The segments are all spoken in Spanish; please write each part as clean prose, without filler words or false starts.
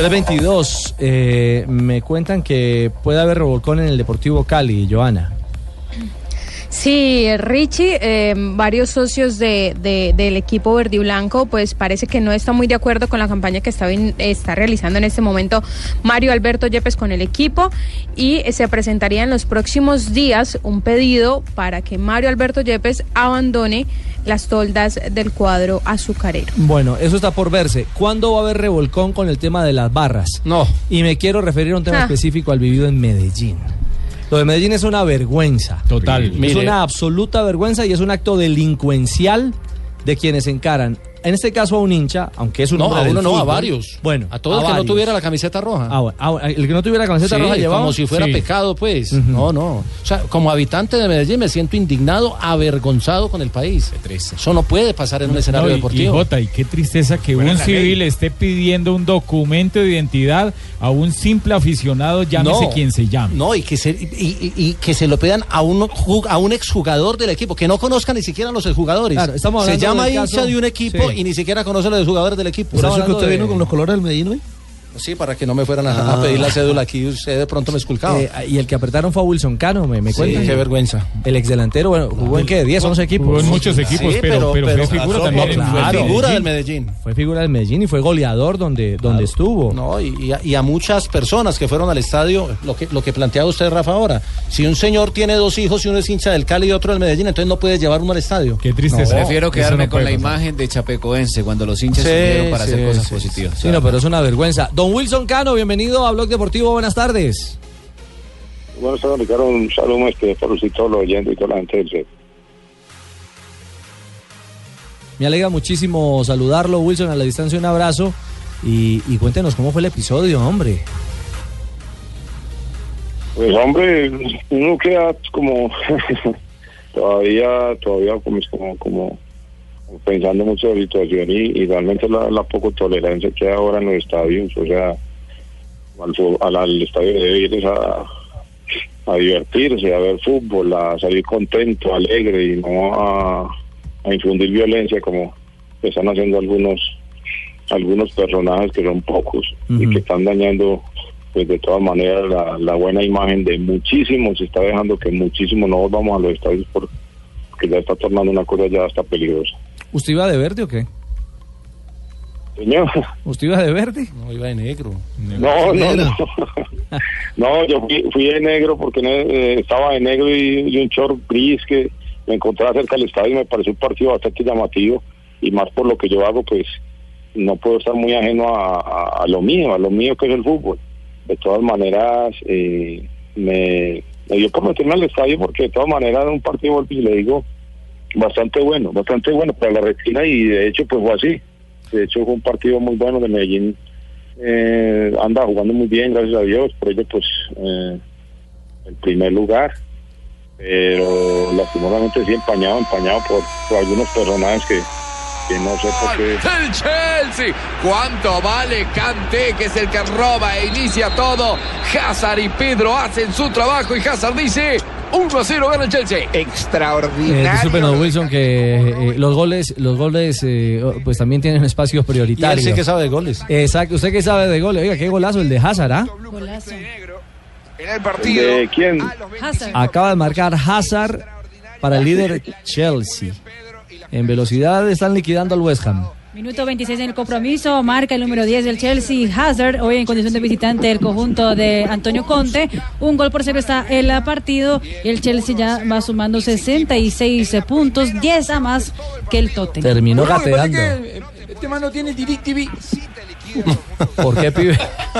3:22, me cuentan que puede haber revolcón en el Deportivo Cali, Joana. Sí, Richie, varios socios del equipo verde y blanco, pues parece que no está muy de acuerdo con la campaña que está realizando en este momento Mario Alberto Yepes con el equipo, y se presentaría en los próximos días un pedido para que Mario Alberto Yepes abandone las toldas del cuadro azucarero. Bueno, eso está por verse. ¿Cuándo va a haber revolcón con el tema de las barras? No. Y me quiero referir a un tema específico al vivido en Medellín. Lo de Medellín es una vergüenza. Total. Es una absoluta vergüenza y es un acto delincuencial de quienes encaran, en este caso a un hincha, aunque es un hombre del fútbol. A varios. Bueno, a todo el que no tuviera la camiseta roja. El que no tuviera la camiseta roja llevaba. Como si fuera pecado, pues. No. O sea, como habitante de Medellín me siento indignado, avergonzado con el país. Eso no puede pasar en un escenario deportivo. Y qué tristeza que un civil esté pidiendo un documento de identidad a un simple aficionado, llámese quien se llame. No, y que se lo pidan a un exjugador del equipo, que no conozcan ni siquiera a los exjugadores. Claro, estamos se llama hincha caso de un equipo y ni siquiera conoce a los jugadores del equipo. ¿Por eso que usted vino con los colores del Medellín hoy? Sí, para que no me fueran a pedir la cédula aquí, usted de pronto me esculcaba. Y el que apretaron fue a Wilson Cano, me cuentan. Sí, qué vergüenza. El exdelantero, bueno, jugó en ¿qué? 10, 11 equipos. Jugó en muchos equipos, pero fue figura también. Fue figura del Medellín. Fue figura del Medellín y fue goleador donde estuvo. No, y a muchas personas que fueron al estadio, lo que planteaba usted, Rafa, ahora. Si un señor tiene 2 hijos y uno es hincha del Cali y otro del Medellín, entonces no puede llevar uno al estadio. Qué tristeza. Prefiero quedarme con la imagen de Chapecoense cuando los hinchas se unieron para hacer cosas positivas. Sí, no, pero es una vergüenza. Don Wilson Cano, bienvenido a Blog Deportivo, buenas tardes. Buenas tardes, Ricardo, un saludo por usted, todos los oyentes y toda la gente del set. Me alegra muchísimo saludarlo, Wilson, a la distancia un abrazo y cuéntenos cómo fue el episodio, hombre. Pues hombre, uno queda como todavía como pensando mucho en la situación y realmente la poco tolerancia que hay ahora en los estadios, o sea, al estadio debe ir a divertirse, a ver fútbol, a salir contento, alegre y no a infundir violencia como están haciendo algunos personajes que son pocos y que están dañando pues de todas maneras la buena imagen de muchísimos. Se está dejando que muchísimos no volvamos a los estadios porque ya está tornando una cosa ya hasta peligrosa. ¿Usted iba de verde o qué? Señor. ¿Usted iba de verde? No, iba de negro. No. No, yo fui de negro porque estaba de negro y un short gris que me encontraba cerca del estadio y me pareció un partido bastante llamativo y más por lo que yo hago, pues no puedo estar muy ajeno a lo mío que es el fútbol. De todas maneras, me dio por meterme al estadio porque de todas maneras era un partido, y le digo, bastante bueno para la retina y de hecho pues fue así. De hecho fue un partido muy bueno de Medellín, anda jugando muy bien, gracias a Dios, por ello pues el primer lugar, pero lastimosamente sí empañado por algunos personajes que no sé por qué. ¡El Chelsea! ¿Cuánto vale Kanté, que es el que roba e inicia todo? Hazard y Pedro hacen su trabajo y Hazard dice 1-0 gana el Chelsea. Extraordinario. Disculpen, Wilson, que los goles pues también tienen espacios prioritarios. Y él sí que sabe de goles. Exacto, usted que sabe de goles. Oiga, qué golazo el de Hazard, ¿ah? Golazo. En el partido. ¿De quién? Hazard. Acaba de marcar Hazard para el líder Chelsea. En velocidad están liquidando al West Ham. Minuto 26 en el compromiso, marca el número 10 del Chelsea, Hazard, hoy en condición de visitante del conjunto de Antonio Conte. 1 gol por 0 está el partido y el Chelsea ya va sumando 66 puntos, 10 a más que el Tottenham. Terminó gateando. Este mano tiene DirecTV. ¿Por qué, pibe?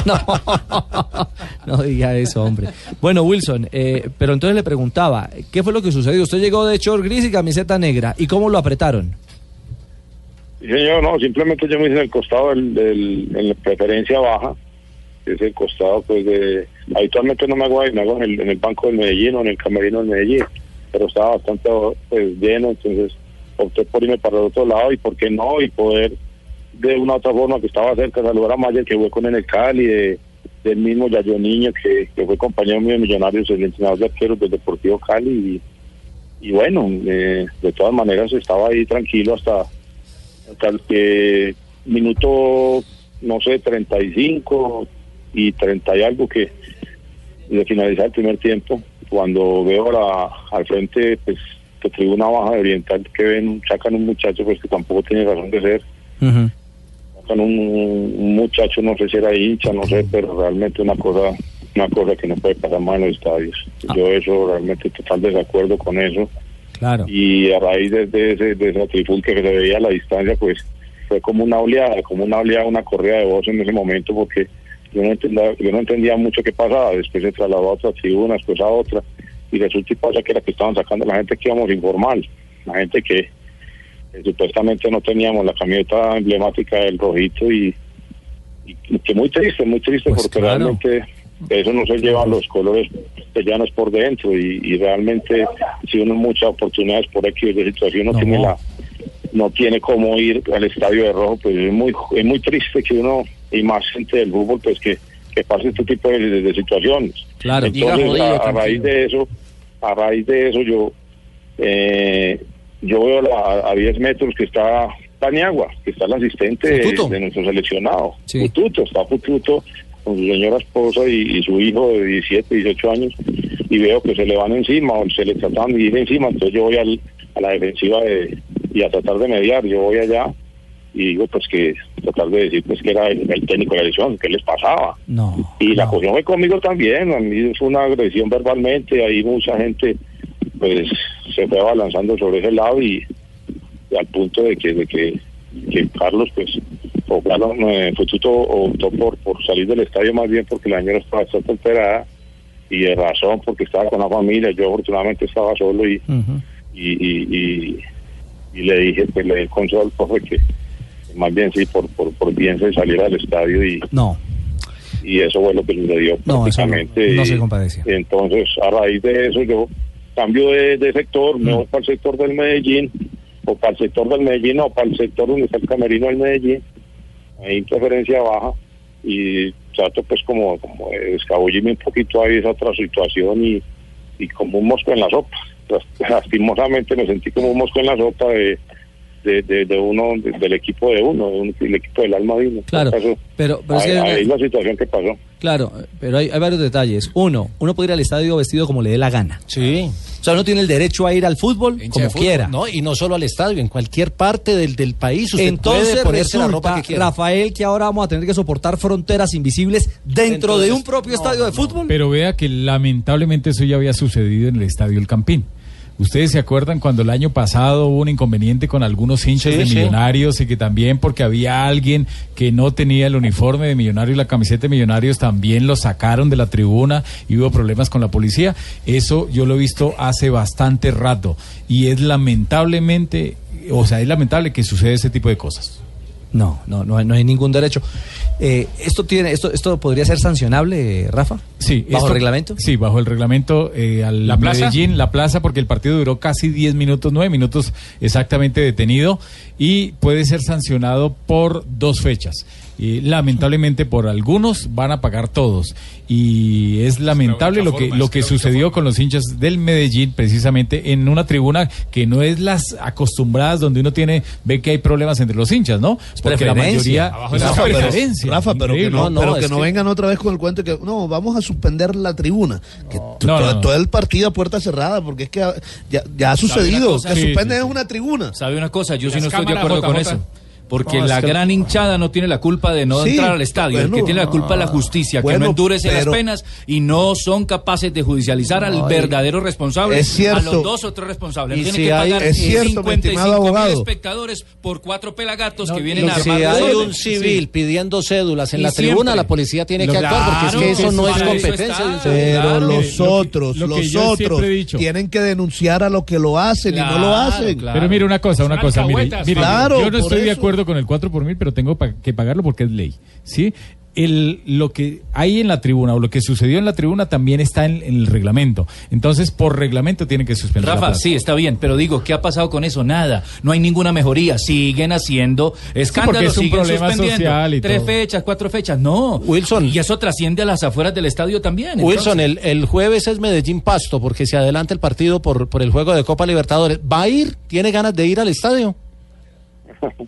No diga eso, hombre. Bueno, Wilson, pero entonces le preguntaba, ¿qué fue lo que sucedió? Usted llegó de short gris y camiseta negra, ¿y cómo lo apretaron? Sí, señor, no, simplemente yo me hice en el costado en la preferencia baja, que es el costado pues habitualmente no me hago ahí, me hago en el banco del Medellín o en el camerino del Medellín, pero estaba bastante pues lleno, entonces opté por irme para el otro lado y por qué no, y poder de una u otra forma que estaba cerca saludar a Mayer, que fue con él en el Cali, del mismo Yayo Niño, que fue compañero mío de Millonarios, el entrenador de arqueros del Deportivo Cali, y bueno, de todas maneras estaba ahí tranquilo hasta el minuto no sé, 35 y 30 y algo que de finalizar el primer tiempo, cuando veo al frente, pues, de tribuna baja de Oriental, que sacan un muchacho pues que tampoco tiene razón de ser. Sacan un muchacho, no sé si era hincha, no sé, pero realmente una cosa que no puede pasar más en los estadios. Yo eso realmente total desacuerdo con eso. Claro. Y a raíz de esa trifulca que se veía a la distancia, pues fue como una oleada, una corrida de voz en ese momento, porque yo no entendía mucho qué pasaba. Después se trasladó a otra tribuna, después a otra, y resulta y pasa que era que estaban sacando a la gente que íbamos informal, la gente que supuestamente no teníamos la camiseta emblemática del rojito, y que muy triste pues porque claro, realmente eso no se lleva los colores llanos por dentro, y realmente si uno muchas oportunidades por X de situación no tiene cómo ir al estadio de rojo, pues es muy triste que uno, y más gente del fútbol, pues que pase este tipo de situaciones. Claro. Entonces a raíz de eso yo veo a 10 metros que está Paniagua, que está el asistente de nuestro seleccionado. Sí. Fututo con su señora esposa y su hijo de 17, 18 años, y veo que se le van encima o se le tratan de ir encima. Entonces yo voy a la defensiva y a tratar de mediar. Yo voy allá y digo pues que tratar de decir pues que era el técnico de la elección, que les pasaba. La cogió fue conmigo también. A mí fue una agresión verbalmente, ahí mucha gente pues se fue abalanzando sobre ese lado, y al punto de que Carlos pues Fututo optó por salir del estadio, más bien porque la señora estaba alterada, y de razón porque estaba con la familia. Yo afortunadamente estaba solo y le dije, pues le di el consejo al profe que más bien sí por bien se saliera del estadio, y eso fue lo que sucedió prácticamente. No se compadecía. Entonces a raíz de eso yo cambio de sector, me voy para el sector del Medellín, o para el sector donde está el camerino del Medellín, ahí preferencia baja, y trato pues como escabullirme un poquito ahí esa otra situación, y como un mosco en la sopa. Lastimosamente me sentí como un mosco en la sopa de uno, del equipo del equipo del alma de uno. Claro, pero ahí es la situación que pasó. Claro, pero hay varios detalles. Uno puede ir al estadio vestido como le dé la gana. Sí. O sea, uno tiene el derecho a ir al fútbol como quiera. No, y no solo al estadio, en cualquier parte del país. Usted entonces puede ponerse resulta, la ropa que quiera. Rafael, que ahora vamos a tener que soportar fronteras invisibles dentro de un propio estadio de fútbol. Pero vea que lamentablemente eso ya había sucedido en el Estadio El Campín. ¿Ustedes se acuerdan cuando el año pasado hubo un inconveniente con algunos hinchas de Millonarios, y que también porque había alguien que no tenía el uniforme de Millonarios y la camiseta de Millonarios también lo sacaron de la tribuna y hubo problemas con la policía? Eso yo lo he visto hace bastante rato, y es lamentable que suceda ese tipo de cosas. No hay ningún derecho. ¿Esto podría ser sancionable, Rafa? Sí. ¿Bajo el reglamento? Sí, bajo el reglamento. ¿La Medellín, la plaza, porque el partido duró casi 10 minutos, 9 minutos exactamente detenido, y puede ser sancionado por 2 fechas. Lamentablemente por algunos van a pagar todos, y es lamentable lo que sucedió con los hinchas del Medellín, precisamente en una tribuna que no es las acostumbradas, donde uno ve que hay problemas entre los hinchas, ¿no? Porque la mayoría Rafa, pero que no vengan otra vez con el cuento que no, vamos a suspender la tribuna, que todo el partido a puerta cerrada, porque es que ya ha sucedido, que suspenden una tribuna. ¿Sabe una cosa? Yo sí no estoy de acuerdo con eso. Porque la gran hinchada no tiene la culpa de no entrar al estadio. El que tiene la culpa es la justicia, que no endurece las penas y no son capaces de judicializar al verdadero responsable, a los 2 o 3 responsables. Y tienen que pagar 55.000 espectadores por 4 pelagatos que vienen armados. Si hay un civil pidiendo cédulas en la tribuna, la policía tiene que actuar, porque es que eso no es competencia de un ciudadano. Pero los otros tienen que denunciar a los que lo hacen y no lo hacen. Pero mire una cosa, mire, yo no estoy de acuerdo con el 4x1000, pero tengo que pagarlo porque es ley, ¿sí? Lo que hay en la tribuna, o lo que sucedió en la tribuna, también está en el reglamento. Entonces, por reglamento tienen que suspender. Rafa, sí, está bien, pero digo, ¿qué ha pasado con eso? Nada, no hay ninguna mejoría. Siguen haciendo escándalos, siguen suspendiendo. Social y 3 todo. fechas, 4 fechas, no. Wilson. Y eso trasciende a las afueras del estadio también. Wilson, el jueves es Medellín-Pasto, porque se adelanta el partido por el juego de Copa Libertadores. ¿Va a ir? ¿Tiene ganas de ir al estadio?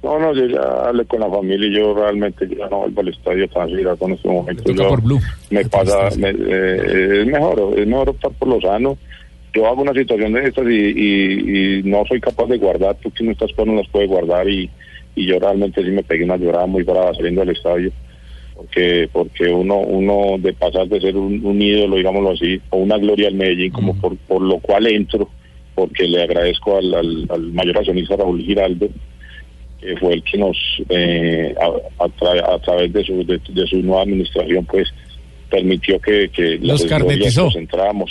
No, yo ya hablé con la familia y yo realmente ya no vuelvo al estadio tan seguido con este momento. Me pasa, es mejor optar por lo sano. Yo hago una situación de estas y no soy capaz de guardar, porque estas cosas no las puede guardar y yo realmente sí me pegué una llorada muy brava saliendo del estadio, porque uno de pasar de ser un ídolo, digámoslo así, o una gloria al Medellín, como por lo cual entro, porque le agradezco al mayor accionista Raúl Giraldo, que fue el que nos a través de su nueva administración pues permitió que los carnetizó. Entrábamos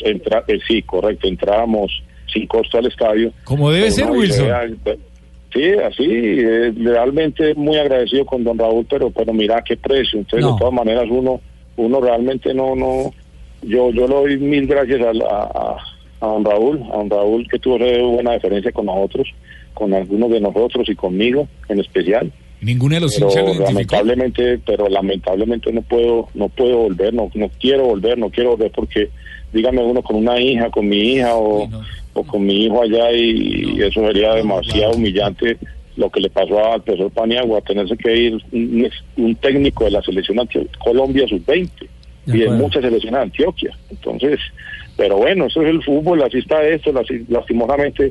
sin costo al estadio. Como debe ser, Wilson. Sí, así, realmente muy agradecido con don Raúl, pero mira qué precio. Entonces, de todas maneras, uno realmente no, yo le doy mil gracias a don Raúl, que tuvo buena deferencia con nosotros, con algunos de nosotros y conmigo en especial. Ninguno de los hinchas lo identificó. Lamentablemente no puedo volver, no quiero volver porque dígame uno con una hija, con mi hija o con mi hijo allá y eso sería demasiado humillante lo que le pasó al profesor Paniagua, tenerse que ir un técnico de la selección Colombia sub-20 y de muchas selecciones de Antioquia. Entonces, pero bueno, eso es el fútbol, así está esto, lastimosamente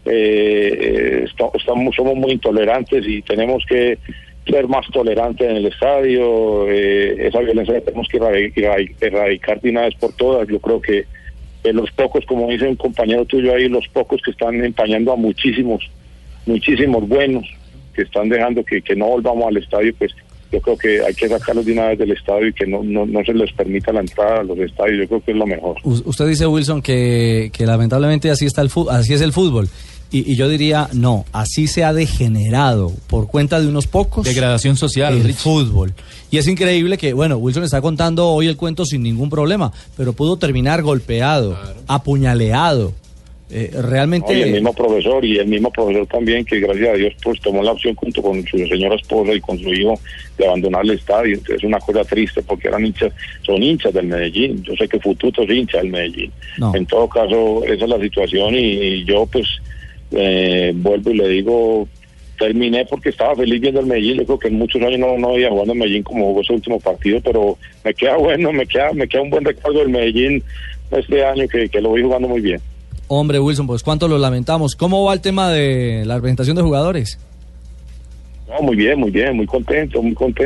somos muy intolerantes y tenemos que ser más tolerantes en el estadio. Esa violencia la tenemos que erradicar de una vez por todas. Yo creo que los pocos, como dice un compañero tuyo ahí, los pocos que están empañando a muchísimos buenos, que están dejando que no volvamos al estadio, pues yo creo que hay que sacarlos de una vez del estadio y que no se les permita la entrada a los estadios. Yo creo que es lo mejor. Usted dice, Wilson, que lamentablemente así es el fútbol. Y yo diría, no, así se ha degenerado por cuenta de unos pocos. Degradación social. El fútbol. Y es increíble que, bueno, Wilson está contando hoy el cuento sin ningún problema, pero pudo terminar golpeado, apuñaleado. Realmente... Y el mismo profesor también, que gracias a Dios pues tomó la opción junto con su señora esposa y con su hijo de abandonar el estadio. Entonces es una cosa triste porque son hinchas del Medellín. Yo sé que Fututo es hincha del Medellín. No. En todo caso, esa es la situación y yo pues vuelvo y le digo, terminé porque estaba feliz viendo el Medellín. Yo creo que en muchos años no había jugado en Medellín como jugó ese último partido, pero me queda un buen recuerdo del Medellín este año que lo voy jugando muy bien. Hombre, Wilson, pues cuánto lo lamentamos. ¿Cómo va el tema de la presentación de jugadores? No, muy bien, muy contento.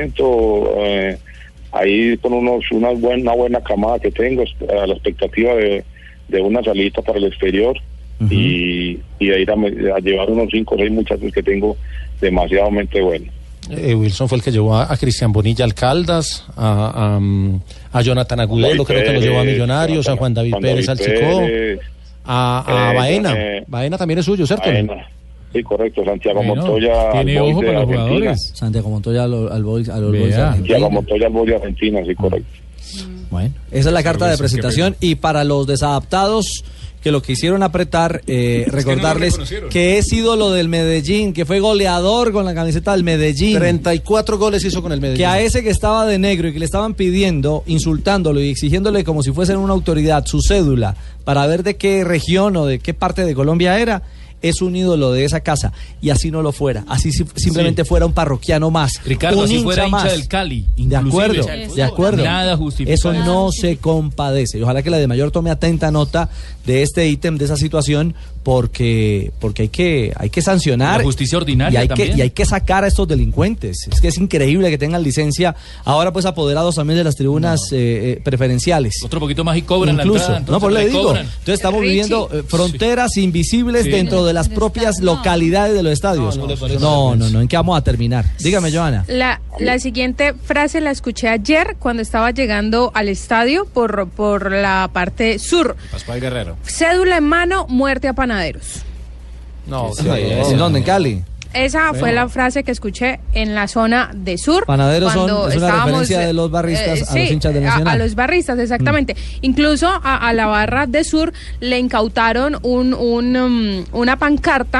Ahí con una buena camada que tengo, a la expectativa de una salida para el exterior. Uh-huh. Y de ir a llevar unos 5 o 6 muchachos que tengo demasiadamente buenos. Wilson fue el que llevó a Cristian Bonilla al Caldas, a Jonathan Agudelo, creo que lo llevó a Millonarios, a Juan David Pérez al Chicó, a Baena. Baena también es suyo, ¿cierto? Baena. Sí, correcto. Santiago Montoya tiene ojo para los jugadores. Santiago Montoya al Boys Santiago Montoya al Boys de Argentina, sí, correcto. Bueno, esa es la carta de presentación. Y para los desadaptados que lo quisieron apretar, recordarles que es ídolo del Medellín, que fue goleador con la camiseta del Medellín. 34 goles hizo con el Medellín. Que a ese que estaba de negro y que le estaban pidiendo, insultándolo y exigiéndole como si fuese una autoridad su cédula para ver de qué región o de qué parte de Colombia era, es un ídolo de esa casa. Y así no lo fuera, así simplemente fuera un parroquiano más, Ricardo, un si fuera hincha más del Cali, de acuerdo, nada justifica eso no se compadece. Y ojalá que la de Mayor tome atenta nota de este ítem, de esa situación, porque hay que sancionar, la justicia ordinaria y hay que sacar a estos delincuentes. Es que es increíble que tengan licencia ahora pues apoderados también de las tribunas preferenciales. Otro poquito más y cobran incluso, la entrada. No, pues le digo. Cobran. Entonces estamos viviendo fronteras invisibles dentro de las propias localidades de los estadios. No, ¿en qué vamos a terminar? Dígame, Johanna. La siguiente frase la escuché ayer cuando estaba llegando al estadio por la parte sur. Pascual Guerrero. Cédula en mano, muerte a panaderos. No, ¿en dónde? ¿En Cali? Esa fue la frase que escuché en la zona de sur. Panaderos es una referencia de los barristas a los hinchas de Nacional. A los barristas, exactamente. Incluso a la barra de sur le incautaron una pancarta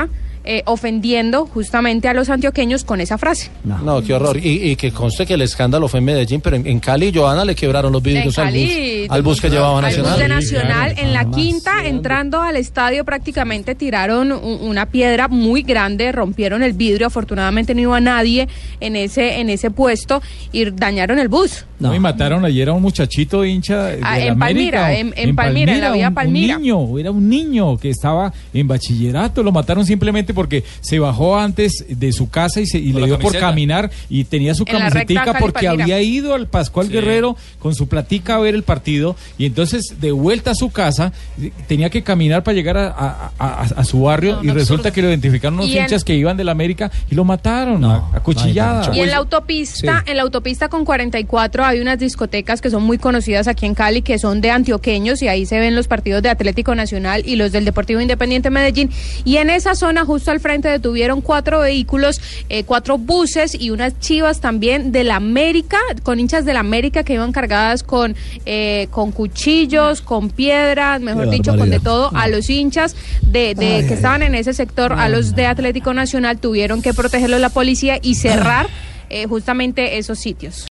ofendiendo justamente a los antioqueños con esa frase. No, qué horror. Y que conste que el escándalo fue en Medellín, pero en Cali, Johanna, le quebraron los vidrios al bus que llevaba Nacional. Al bus de Nacional, en la quinta, entrando al estadio, prácticamente tiraron una piedra muy grande, rompieron el vidrio, afortunadamente no iba nadie en ese puesto y dañaron el bus. No, y mataron ayer a un muchachito hincha de en Palmira, en Palmira, en la vía Palmira. Era un niño que estaba en bachillerato, lo mataron simplemente porque se bajó antes de su casa y le dio por caminar y tenía su camisetica porque había ido al Pascual Guerrero con su platica a ver el partido y entonces de vuelta a su casa tenía que caminar para llegar a su barrio y resulta que lo identificaron unos hinchas que iban del América y lo mataron a cuchillada. Y en la autopista con 44 hay unas discotecas que son muy conocidas aquí en Cali, que son de antioqueños, y ahí se ven los partidos de Atlético Nacional y los del Deportivo Independiente Medellín, y en esa zona justo al frente detuvieron 4 vehículos, 4 buses y unas chivas también de la América, con hinchas de la América que iban cargadas con cuchillos, con piedras, mejor dicho, con de todo. A los hinchas que estaban en ese sector, a los de Atlético Nacional, tuvieron que protegerlos la policía y cerrar justamente esos sitios.